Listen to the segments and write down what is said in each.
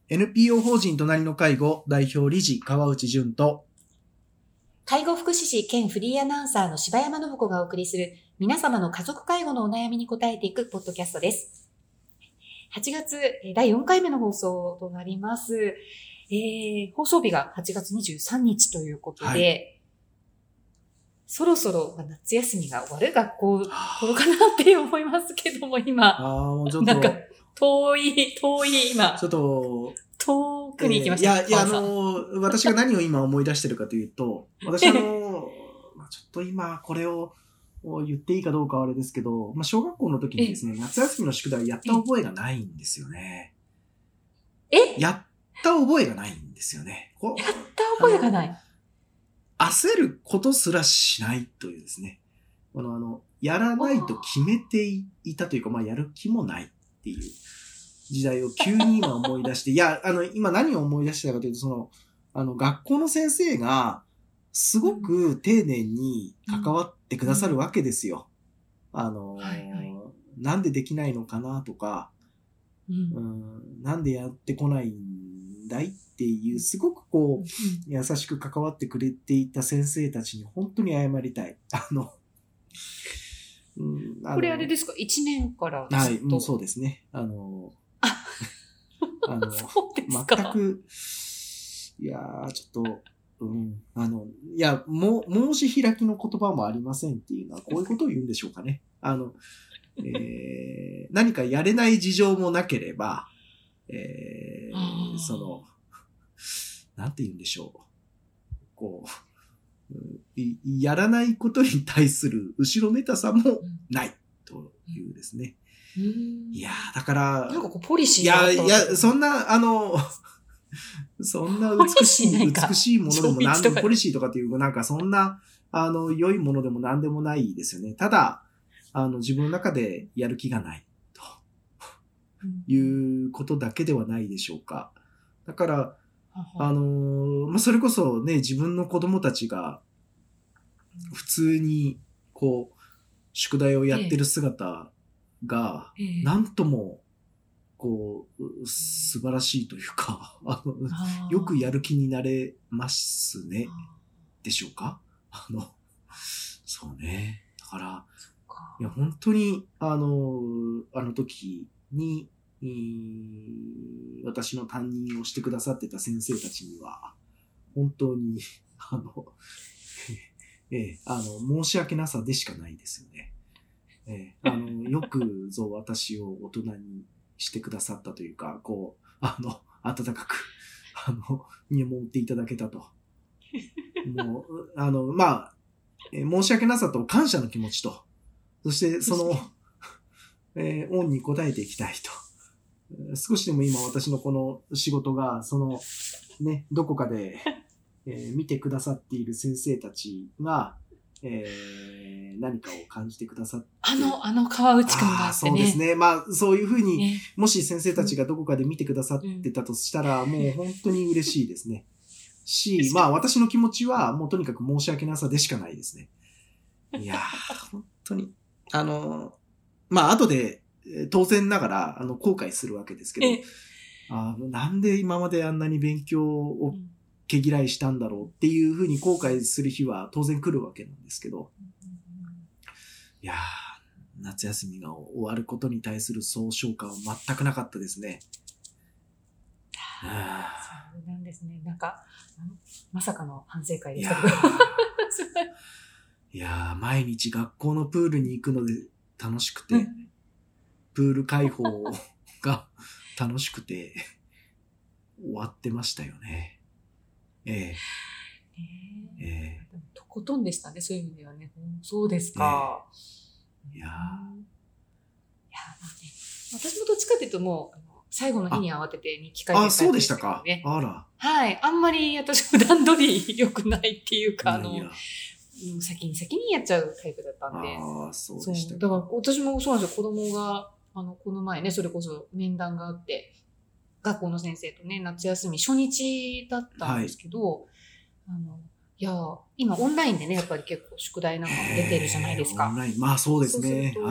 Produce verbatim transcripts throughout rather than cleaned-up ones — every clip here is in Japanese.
エヌピーオー 法人隣の介護代表理事川内淳と介護福祉士兼フリーアナウンサーの柴山信子がお送りする皆様の家族介護のお悩みに答えていくポッドキャストです。はちがつだいよんかいめの放送となります。えー、放送日がはちがつにじゅうさんにちということで、はい、そろそろ夏休みが終わる学校頃かなって思いますけども、今。 ああ、もうちょっと。 なんか遠い、遠い、今。 ちょっと。 遠くに行きました。 えー、いや、いや、あの、私が何を今思い出してるかというと、私あの、ちょっと今これを言っていいかどうかはあれですけど、まあ、小学校の時にですね、夏休みの宿題やった覚えがないんですよね。 えやった覚えがないんですよね。 やった覚えがない。 焦ることすらしないというですね。あの、あの、やらないと決めていたというか、まあ、やる気もないっていう時代を急に今思い出して、いや、あの、今何を思い出したかというと、その、あの、学校の先生が、すごく丁寧に関わってくださるわけですよ。うんうん、あの、はいはい、なんでできないのかなとか、うんうん、なんでやってこないんだいっていう、すごくこう、優しく関わってくれていた先生たちに本当に謝りたい。あの、 うん、あのこれあれですかいちねんからずっと。 はい、もうそうですね。あの、 あ, あのそうですか全く、いやー、ちょっと、うん、あの、いや、も、申し開きの言葉もありませんっていうのは、こういうことを言うんでしょうかね。あの、えー、何かやれない事情もなければ、えー、その、なんて言うんでしょう。こう、やらないことに対する後ろめたさもないというですね。 うん、 いやー、だから、 なんかこうポリシーいや、いや、そんな、あの、そんな美しい、美しいものでも何でも、ポリシーとかっていう、なんかそんな、あの、良いものでも何でもないですよね。ただ、あの、自分の中でやる気がない、ということだけではないでしょうか。だから、あの、まあ、それこそね、自分の子供たちが、普通に、こう、宿題をやってる姿が、なんとも、こう、素晴らしいというか、あの、よくやる気になれますね。でしょうか？あの、そうね。だから、いや、本当に、あの、あの時に、私の担任をしてくださってた先生たちには、本当に、あの、ええ、あの、申し訳なさでしかないですよね。ええ、あの、よくぞ私を大人にしてくださったというか、こう、あの、温かく、あの、見守っていただけたと。もう、あの、まあ、えー、申し訳なさと感謝の気持ちと、そしてその、えー、恩に応えていきたいと。少しでも今私のこの仕事が、その、ね、どこかで、えー、見てくださっている先生たちが、えー、何かを感じてくださって。 あの、あの川内くんがあってね。 そうですね。まあ、そういうふうに、ね、もし先生たちがどこかで見てくださってたとしたら、うん、もう本当に嬉しいですね。し、まあ私の気持ちはもうとにかく申し訳なさでしかないですね。いやー、本当に。あの、まあ後で、当然ながら、あの、後悔するわけですけど、あなんで今まであんなに勉強を毛嫌いしたんだろうっていうふうに後悔する日は当然来るわけなんですけど、いやー、夏休みが終わることに対する総称感は全くなかったですね。 そうなんですね。なんか、まさかの反省会でしたけど。 いやー、毎日学校のプールに行くので楽しくて、うん、プール開放が楽しくて、終わってましたよね。えええええとことんでしたね、そういう意味ではね。そうですか。 えー、いやー。いやー、 まあね、私もどっちかというともう、最後の日に慌てて日記書いてた、ね、 あ、そうでしたか。あら。 はい。あんまり私も段取り良くないっていうか、あの、先に先にやっちゃうタイプだったんで。 ああ、そうでしたか。 だから私もそうなんですよ。子供が、あの、この前ね、それこそ面談があって、学校の先生とね、夏休み初日だったんですけど、はい、あの、いや、今オンラインでね、やっぱり結構宿題なんかも出てるじじゃないですか。 オンライン。まあそうですね。はい。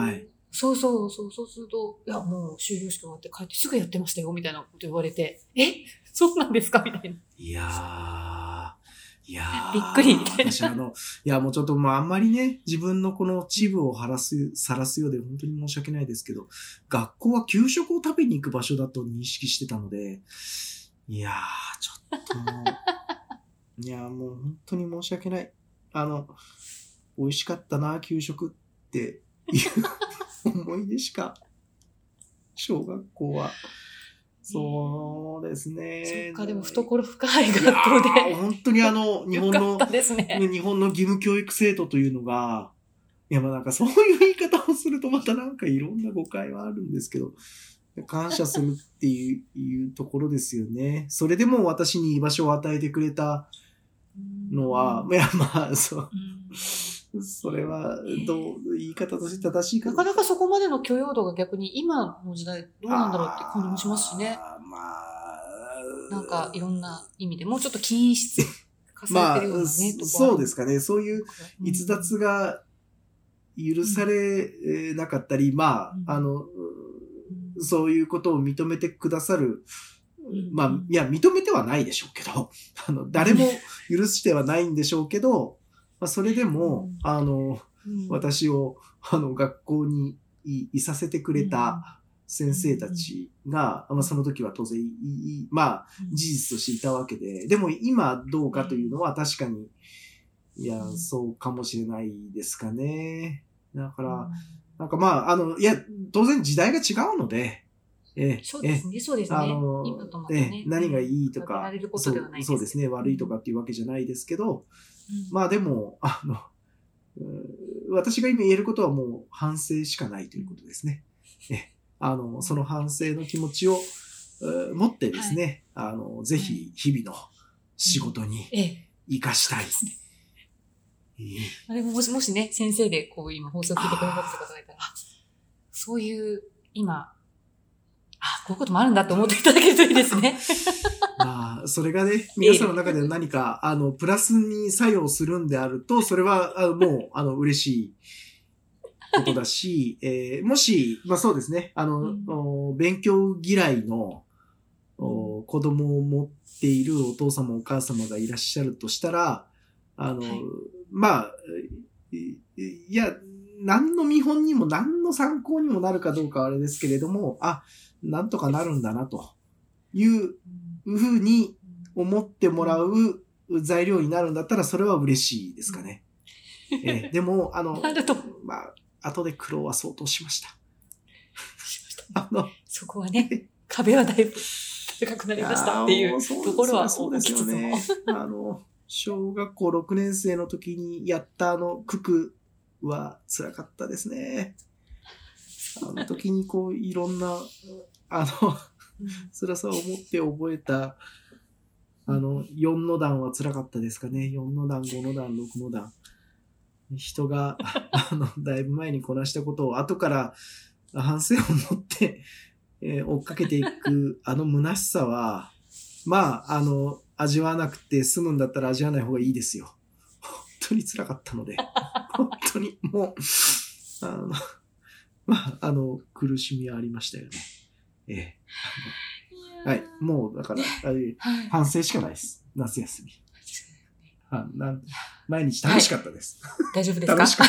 そうそうそう、そうすると、いや、もう終了式終わって帰ってすぐやってましたよ、みたいなこと言われて、えそうなんですかみたいな。 いやー、いやー、 びっくりみたいな私あの、いやもうちょっとまああんまりね、自分のこの恥部を晴らす、晒すようで本当に申し訳ないですけど、学校は給食を食べに行く場所だと認識してたので、いやー、ちょっともう、いやーもう本当に申し訳ない。あの、美味しかったな、給食っていう思い出しか、小学校は。そうですね。 そっか、でも懐深い学校いやーで。 本当にあの、日本のよかった、ですね。 日本の義務教育制度というのが、いやまあなんかそういう言い方をするとまたなんかいろんな誤解はあるんですけど、感謝するっていう、いうところですよね。それでも私に居場所を与えてくれたのは、いやまあそう。それは、どう、言い方として正しいかなかなかそこまでの許容度が逆に今の時代どうなんだろうって感じもしますしね。 まあ、 なんかいろんな意味でもうちょっと均質化されてるようなね、 まあ、そうですかね。そういう逸脱が、 が許されなかったり、うん、まあ、うん、あの、うん、そういうことを認めてくださる、うん、まあ、いや、認めてはないでしょうけど、あの、誰も許してはないんでしょうけど、まあ、それでも、うん、あの、うん、私を、あの、学校にい、いさせてくれた先生たちが、うん、まあ、その時は当然、いまあ、事実としていたわけで、でも今どうかというのは確かに、いや、そうかもしれないですかね。だから、なんかまあ、あの、いや、当然時代が違うので、えそうですね、そうですね。 あの、 今とまたね、 え何がいいとか、 られることではないですそう、そうですね、悪いとかっていうわけじゃないですけど、うん、まあでも、あの、私が今言えることはもう反省しかないということですね。えあの、その反省の気持ちを持ってですね、はい、あの、ぜひ日々の仕事に生かしたい。うんええあれももしもしね、先生でこう今放送聞いてくださった方がいたら、そういう、今、あ、こういうこともあるんだと思っていただけるといいですね。 まあ、それがね、皆さんの中で何か、あの、プラスに作用するんであると、それは、あのもう、あの、嬉しいことだし、えー、もし、まあそうですね、あの、うん、勉強嫌いの、うん、子供を持っているお父様お母様がいらっしゃるとしたら、あの、はい、まあ、いや、何の見本にも何の参考にもなるかどうかはあれですけれども、あ、なんとかなるんだな、というふうに思ってもらう材料になるんだったら、それは嬉しいですかね。えでも、あの、まあ、後で苦労は相当しました。 あの、そこはね、壁はだいぶ高くなりましたっていうところはそうですよね。あの、小学校ろくねん生の時にやったあの、九九は辛かったですね。あの時にこう、いろんな、あの、辛さを持って覚えた、あの、よんの段は辛かったですかね。よんの段、ごの段、ろくの段。人が、あの、だいぶ前にこなしたことを後から反省を持って、えー、追っかけていく、あの虚しさは、まあ、あの、味わわなくて済むんだったら味わわない方がいいですよ。本当に辛かったので。本当に、もう、あの、まあ、あの、苦しみはありましたよね。ええ。はい。もう、だから、反省しかないです。夏休み。はなん毎日楽しかったです。 はい、大丈夫ですか？ 楽しかった。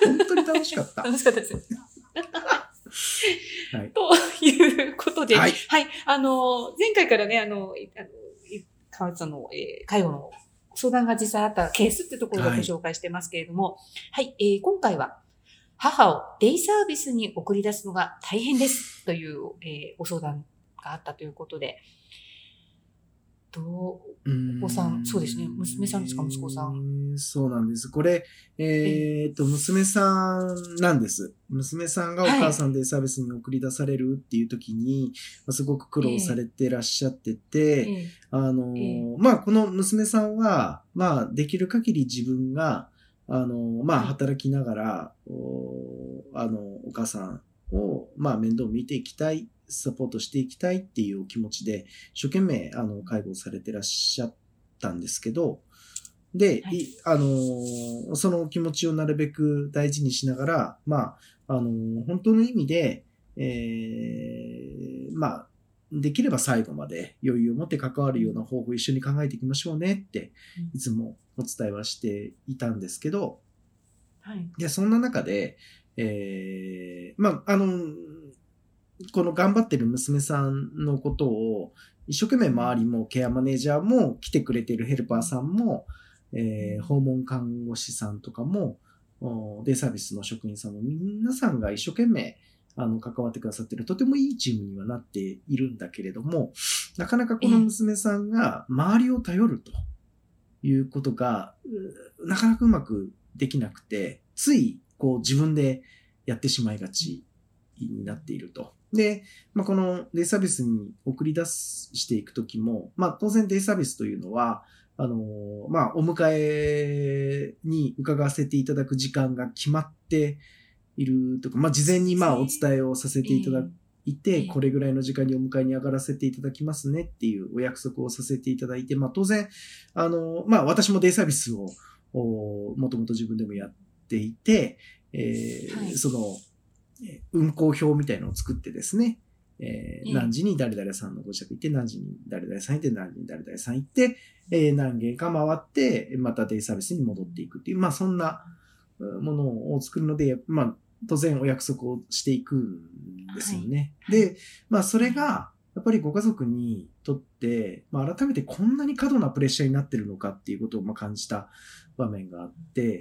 本当に楽しかった。 楽しかったです。 はい。 ということで、 はい。 はい。あの、前回からね、あの、川内さんの、えー、介護の相談が実際あったケースっていうところでご紹介してますけれども、はい、はい、えー、今回は、母をデイサービスに送り出すのが大変ですという、えー、ご相談があったということで、どう、お子さん、そうですね、娘さんですか、息子さん。 そうなんです。これ、えー、っと、娘さんなんです。娘さんがお母さんデイサービスに送り出されるっていう時に、はい、すごく苦労されてらっしゃってて、えー、あの、えー、まあ、この娘さんは、まあ、できる限り自分が、あの、まあ、働きながら、はい、おあの、お母さんを、まあ、面倒見ていきたい。サポートしていきたいっていうお気持ちで、一生懸命、あの、介護されてらっしゃったんですけど、 で、 はいいあのーその気持ちをなるべく大事にしながら、まあ、あのー本当の意味で、えー、まあ、できれば最後まで余裕を持って関わるような方法を一緒に考えていきましょうねって、いつもお伝えはしていたんですけど、 はい。 で、そんな中で、えー、まあ、あの、この頑張ってる娘さんのことを、一生懸命周りもケアマネージャーも来てくれてるヘルパーさんも、えー、訪問看護師さんとかも、デイサービスの職員さんも皆さんが一生懸命あの関わってくださってるとてもいいチームにはなっているんだけれども、なかなかこの娘さんが周りを頼るということが、なかなかうまくできなくて、ついこう自分でやってしまいがちになっていると。で、まあ、このデイサービスに送り出していくときも、まあ、当然デイサービスというのは、あの、まあ、お迎えに伺わせていただく時間が決まっているとか、まあ、事前にまあ、お伝えをさせていただいて、これぐらいの時間にお迎えに上がらせていただきますねっていうお約束をさせていただいて、まあ、当然、あの、まあ、私もデイサービスを、もともと自分でもやっていて、えーはい、その、運行表みたいなのを作ってですね、えー、何時に誰々さんのご自宅行って、何時に誰々さん行って、何時に誰々さん行って、えー、何軒か回って、またデイサービスに戻っていくっていう、まあそんなものを作るので、まあ当然お約束をしていくんですよね。はい、で、まあそれが、やっぱりご家族にとって、まあ改めてこんなに過度なプレッシャーになってるのかっていうことをまあ感じた場面があって、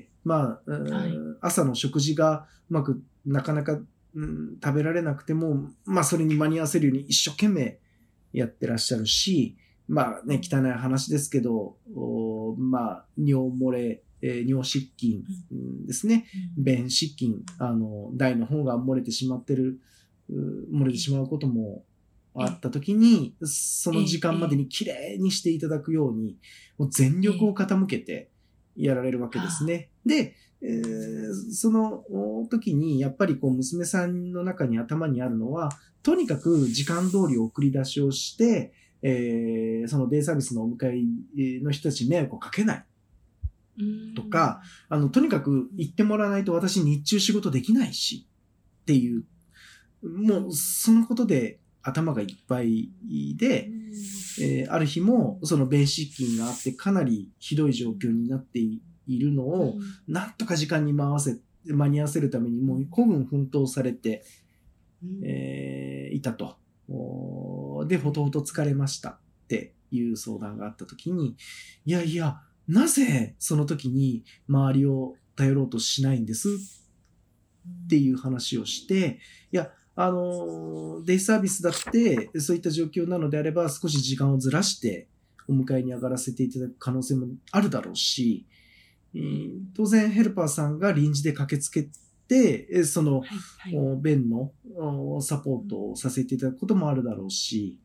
まあ、はい、朝の食事がうまくなかなか、うん、食べられなくても、まあそれに間に合わせるように一生懸命やってらっしゃるし、まあね、汚い話ですけど、まあ尿漏れ、えー、尿失禁ですね、便失禁、あの、大の方が漏れてしまってる、漏れてしまうこともあった時に、その時間までにきれいにしていただくように、もう全力を傾けてやられるわけですね。で、えー、その時にやっぱりこう娘さんの中に頭にあるのは、とにかく時間通り送り出しをして、えー、そのデイサービスのお迎えの人たちに迷惑をかけないとか、あの、とにかく行ってもらわないと私日中仕事できないしっていう、もうそのことで頭がいっぱいで、えー、ある日もその便失禁があってかなりひどい状況になっているのを、なんとか時間に回せ、間に合わせるためにもう孤軍奮闘されて、えー、いたと。で、ほとほと疲れましたっていう相談があったときに、いやいや、なぜその時に周りを頼ろうとしないんですっていう話をして、いや、あの、デイサービスだってそういった状況なのであれば少し時間をずらしてお迎えに上がらせていただく可能性もあるだろうし、当然ヘルパーさんが臨時で駆けつけて、その、はいはい、便のサポートをさせていただくこともあるだろうし、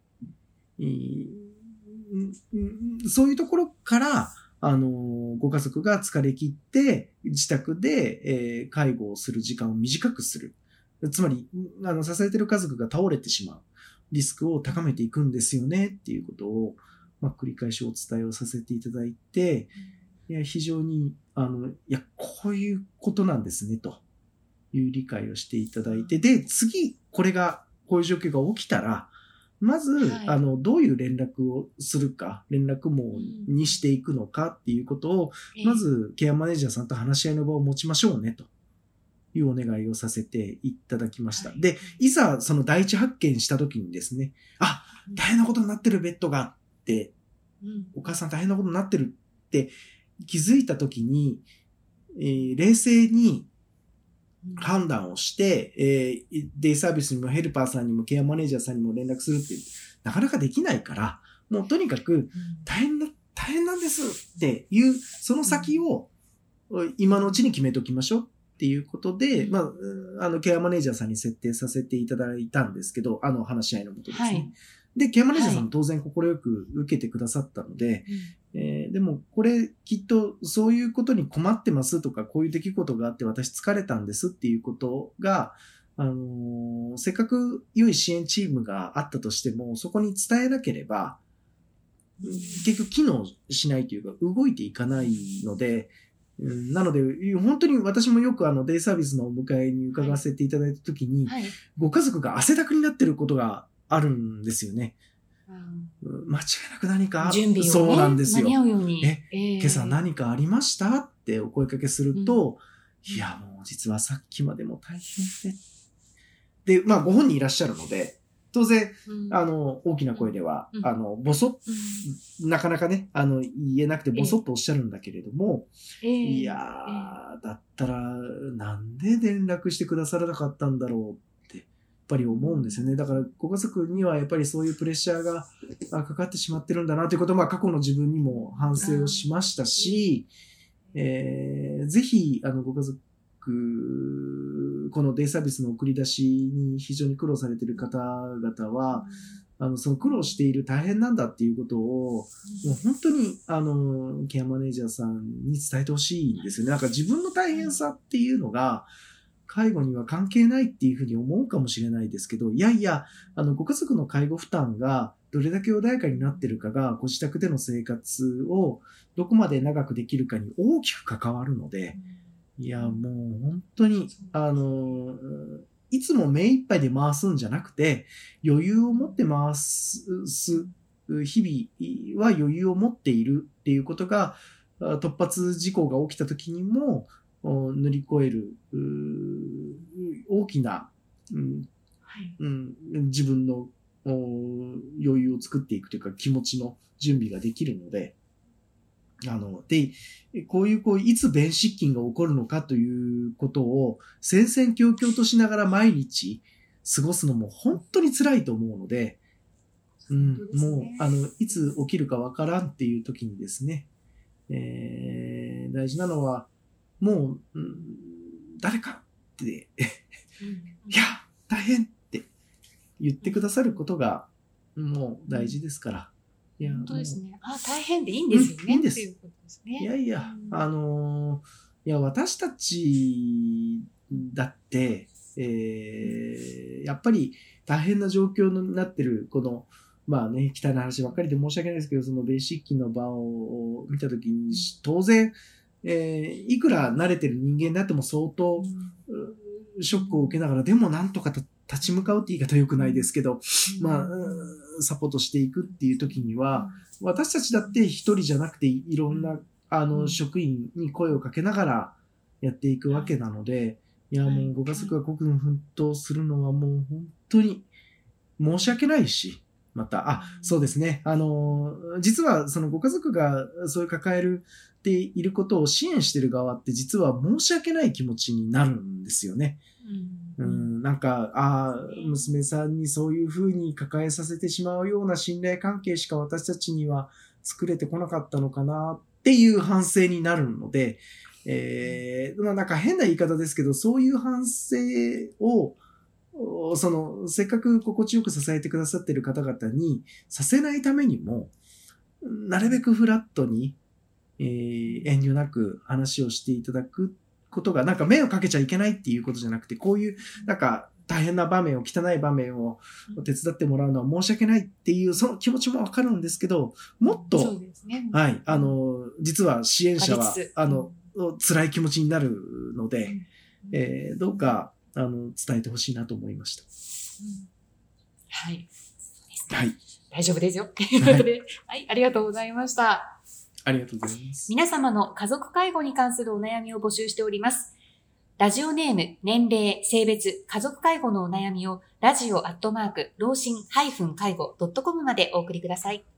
そういうところから、あの、ご家族が疲れ切って自宅で、えー、介護をする時間を短くする。つまり、あの、支えてる家族が倒れてしまうリスクを高めていくんですよねっていうことを、まあ、繰り返しお伝えをさせていただいて、いや、非常に、あの、いや、こういうことなんですね、という理解をしていただいて、で、次、これが、こういう状況が起きたら、まず、はい、あの、どういう連絡をするか、連絡網にしていくのかっていうことを、うん、まず、ケアマネージャーさんと話し合いの場を持ちましょうね、というお願いをさせていただきました。はい、で、いざ、その第一発見した時にですね、あ、大変なことになってるベッドがあって、うん、お母さん大変なことになってるって気づいた時に、えー、冷静に、判断をして、えー、デイサービスにもヘルパーさんにもケアマネージャーさんにも連絡するっていう、なかなかできないから、もうとにかく大変な、大変なんですっていう、その先を今のうちに決めておきましょうっていうことで、まあ、あの、ケアマネージャーさんに設定させていただいたんですけど、あの話し合いのもとですね。はい、で、ケアマネージャーさんも当然心よく受けてくださったので、はいえー、でもこれきっとそういうことに困ってますとか、こういう出来事があって私疲れたんですっていうことが、あのー、せっかく良い支援チームがあったとしても、そこに伝えなければ、 結局機能しないというか動いていかないので、うん、なので本当に私もよくあのデイサービスのお迎えに伺わせていただいたときに、はいはい、ご家族が汗だくになってることがあるんですよね。うん、間違いなく何か準備を、ね、 そうなんですよ。 間に合うように。 え、えー、今朝何かありましたってお声掛けすると、うん、いやもう実はさっきまでも大変で。で、まあご本人いらっしゃるので、当然、うん、あの、大きな声では、うん、あの、ぼそっ、うん、なかなかね、あの、言えなくてぼそっとおっしゃるんだけれども、えー、いやー、えー、だったら、なんで連絡してくださらなかったんだろう。やっぱり思うんですよね。だからご家族にはやっぱりそういうプレッシャーがかかってしまってるんだなということを、まあ過去の自分にも反省をしましたし、えー、ぜひあのご家族、このデイサービスの送り出しに非常に苦労されている方々は、あのその苦労している大変なんだっていうことを、もう本当にあのケアマネージャーさんに伝えてほしいんですよね。なんか自分の大変さっていうのが、介護には関係ないっていうふうに思うかもしれないですけど、いやいや、あの、ご家族の介護負担がどれだけ穏やかになっているかが、ご自宅での生活をどこまで長くできるかに大きく関わるので、いや、もう本当に、あの、いつも目いっぱいで回すんじゃなくて、余裕を持って回す、日々は余裕を持っているっていうことが、突発事故が起きた時にも、乗り越える大きな、うんはいうん、自分の余裕を作っていくというか気持ちの準備ができるので、あの、で、こういう、こう、いつ便失禁が起こるのかということを戦々恐々としながら毎日過ごすのも本当に辛いと思うので、うん、もう、あの、いつ起きるかわからんっていう時にですね、えー、大事なのは、もう、うん、誰かって、いや、大変って言ってくださることが、もう大事ですから。 いや、本当ですね。あ、大変でいいんですよね。うん、いいんです。いうことですね。 いやいや、うん、あのー、いや、私たちだって、えー、やっぱり大変な状況になってる、この、まあね、汚い話ばっかりで申し訳ないですけど、そのベーシックの場を見たときに、当然、えー、いくら慣れてる人間であっても相当、うん、ショックを受けながら、でもなんとか立ち向かうって言い方は良くないですけど、うん、まあ、サポートしていくっていう時には、私たちだって一人じゃなくていろんな、あの、職員に声をかけながらやっていくわけなので、いや、もうご家族が国軍奮闘するのはもう本当に申し訳ないし、また、あ、そうですね。あの、実はそのご家族がそういう抱えるっていることを支援している側って実は申し訳ない気持ちになるんですよね。うん、うんなんか、あ娘さんにそういうふうに抱えさせてしまうような信頼関係しか私たちには作れてこなかったのかなっていう反省になるので、えー、まあなんか変な言い方ですけど、そういう反省をその、せっかく心地よく支えてくださっている方々にさせないためにも、なるべくフラットに、えー、遠慮なく話をしていただくことが、なんか迷惑かけちゃいけないっていうことじゃなくて、こういう、なんか大変な場面を、汚い場面を手伝ってもらうのは申し訳ないっていう、その気持ちもわかるんですけど、もっと、そうですね、はい、あの、実は支援者は、あの、辛い気持ちになるので、えー、どうか、あの、伝えてほしいなと思いました。うん、 はい。 はい。 大丈夫ですよ。ということで、はい、ありがとうございました。 ありがとうございます。 皆様の家族介護に関するお悩みを募集しております。ラジオネーム、年齢、性別、家族介護のお悩みを、ラジオアットマーク、老人介護ドットコムまでお送りください。